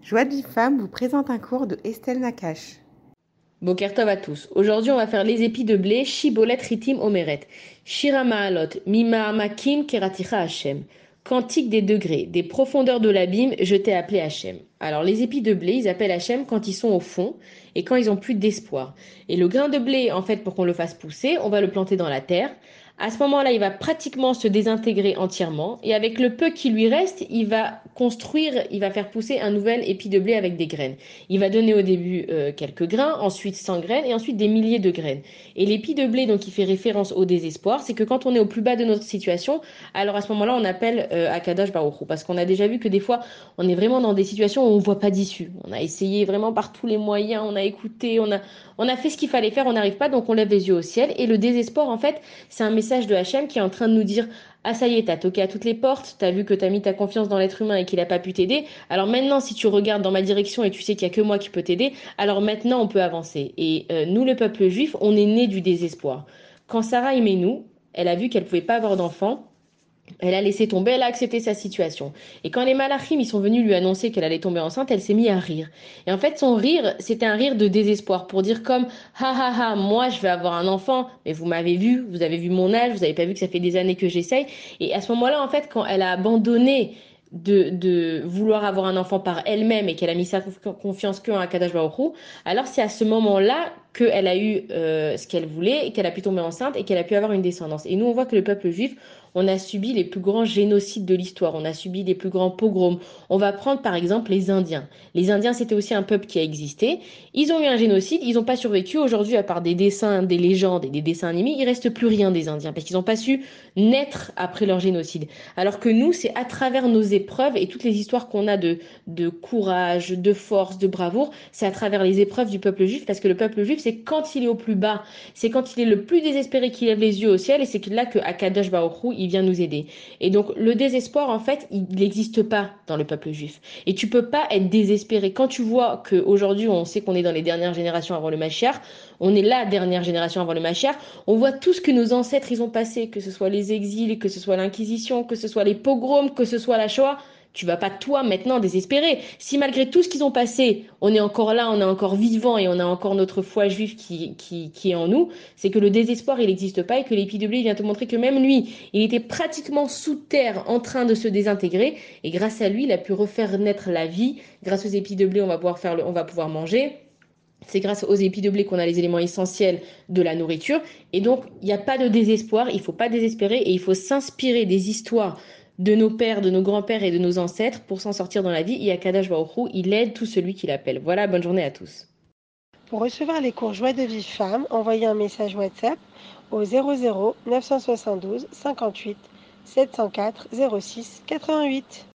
Joie de vie femme vous présente un cours de Estelle Nakache. Boker Tov à tous. Aujourd'hui, on va faire les épis de blé, shibolet ritim omeret. Shira ma'alot, mima makim keraticha Hashem. Cantique des degrés, des profondeurs de l'abîme, je t'ai appelé Hashem. Alors, les épis de blé, ils appellent Hashem quand ils sont au fond et quand ils ont plus d'espoir. Et le grain de blé, en fait, pour qu'on le fasse pousser, on va le planter dans la terre. À ce moment-là, il va pratiquement se désintégrer entièrement. Et avec le peu qui lui reste, il va construire, il va faire pousser un nouvel épi de blé avec des graines. Il va donner au début quelques grains, ensuite 100 graines et ensuite des milliers de graines. Et l'épi de blé, donc, qui fait référence au désespoir, c'est que quand on est au plus bas de notre situation, alors à ce moment-là, on appelle Akadosh Baruch Hu. Parce qu'on a déjà vu que des fois, on est vraiment dans des situations où on ne voit pas d'issue. On a essayé vraiment par tous les moyens, on a écouté, on a fait ce qu'il fallait faire, on n'arrive pas, donc on lève les yeux au ciel. Et le désespoir, en fait, c'est un message de Hachem qui est en train de nous dire: ah ça y est, t'as toqué à toutes les portes, t'as vu que t'as mis ta confiance dans l'être humain et qu'il n'a pas pu t'aider. Alors maintenant, si tu regardes dans ma direction et tu sais qu'il n'y a que moi qui peux t'aider, alors maintenant on peut avancer. Et nous, le peuple juif, on est né du désespoir. Quand Sarah aimait nous, elle a vu qu'elle pouvait pas avoir d'enfant. Elle a laissé tomber, elle a accepté sa situation. Et quand les malachim ils sont venus lui annoncer qu'elle allait tomber enceinte, elle s'est mise à rire. Et en fait, son rire, c'était un rire de désespoir pour dire comme: ha ha ha, moi je vais avoir un enfant, mais vous m'avez vu, vous avez vu mon âge, vous n'avez pas vu que ça fait des années que j'essaye. Et à ce moment-là, en fait, quand elle a abandonné de vouloir avoir un enfant par elle-même et qu'elle a mis sa confiance que en Akadosh Baruch Hu, alors c'est à ce moment-là qu'elle a eu ce qu'elle voulait et qu'elle a pu tomber enceinte et qu'elle a pu avoir une descendance. Et nous, on voit que le peuple juif, on a subi les plus grands génocides de l'histoire, on a subi les plus grands pogroms. On va prendre par exemple les Indiens. Les Indiens, c'était aussi un peuple qui a existé. Ils ont eu un génocide, ils n'ont pas survécu. Aujourd'hui, à part des dessins, des légendes et des dessins animés, il reste plus rien des Indiens parce qu'ils n'ont pas su naître après leur génocide. Alors que nous, c'est à travers nos épreuves et toutes les histoires qu'on a de courage, de force, de bravoure, c'est à travers les épreuves du peuple juif, parce que le peuple juif, c'est quand il est au plus bas, c'est quand il est le plus désespéré qu'il lève les yeux au ciel, et c'est là que Akadosh Baruch Hu, il vient nous aider. Et donc le désespoir, en fait, il n'existe pas dans le peuple juif. Et tu peux pas être désespéré. Quand tu vois qu'aujourd'hui, on sait qu'on est dans les dernières générations avant le Mashiach, on est la dernière génération avant le Mashiach, on voit tout ce que nos ancêtres ils ont passé, que ce soit les exils, que ce soit l'Inquisition, que ce soit les pogroms, que ce soit la Shoah. Tu vas pas toi maintenant désespérer. Si malgré tout ce qu'ils ont passé, on est encore là, on est encore vivant et on a encore notre foi juive qui est en nous, c'est que le désespoir il n'existe pas et que l'épi de blé vient te montrer que même lui, il était pratiquement sous terre en train de se désintégrer et grâce à lui, il a pu refaire naître la vie. Grâce aux épis de blé, on va pouvoir on va pouvoir manger. C'est grâce aux épis de blé qu'on a les éléments essentiels de la nourriture. Et donc, il n'y a pas de désespoir, il ne faut pas désespérer et il faut s'inspirer des histoires de nos pères, de nos grands-pères et de nos ancêtres pour s'en sortir dans la vie. Et Akadosh Baruch Hu, il aide tout celui qui l'appelle. Voilà, bonne journée à tous. Pour recevoir les cours Joie de vie femme, envoyez un message WhatsApp au 00 972 58 704 06 88.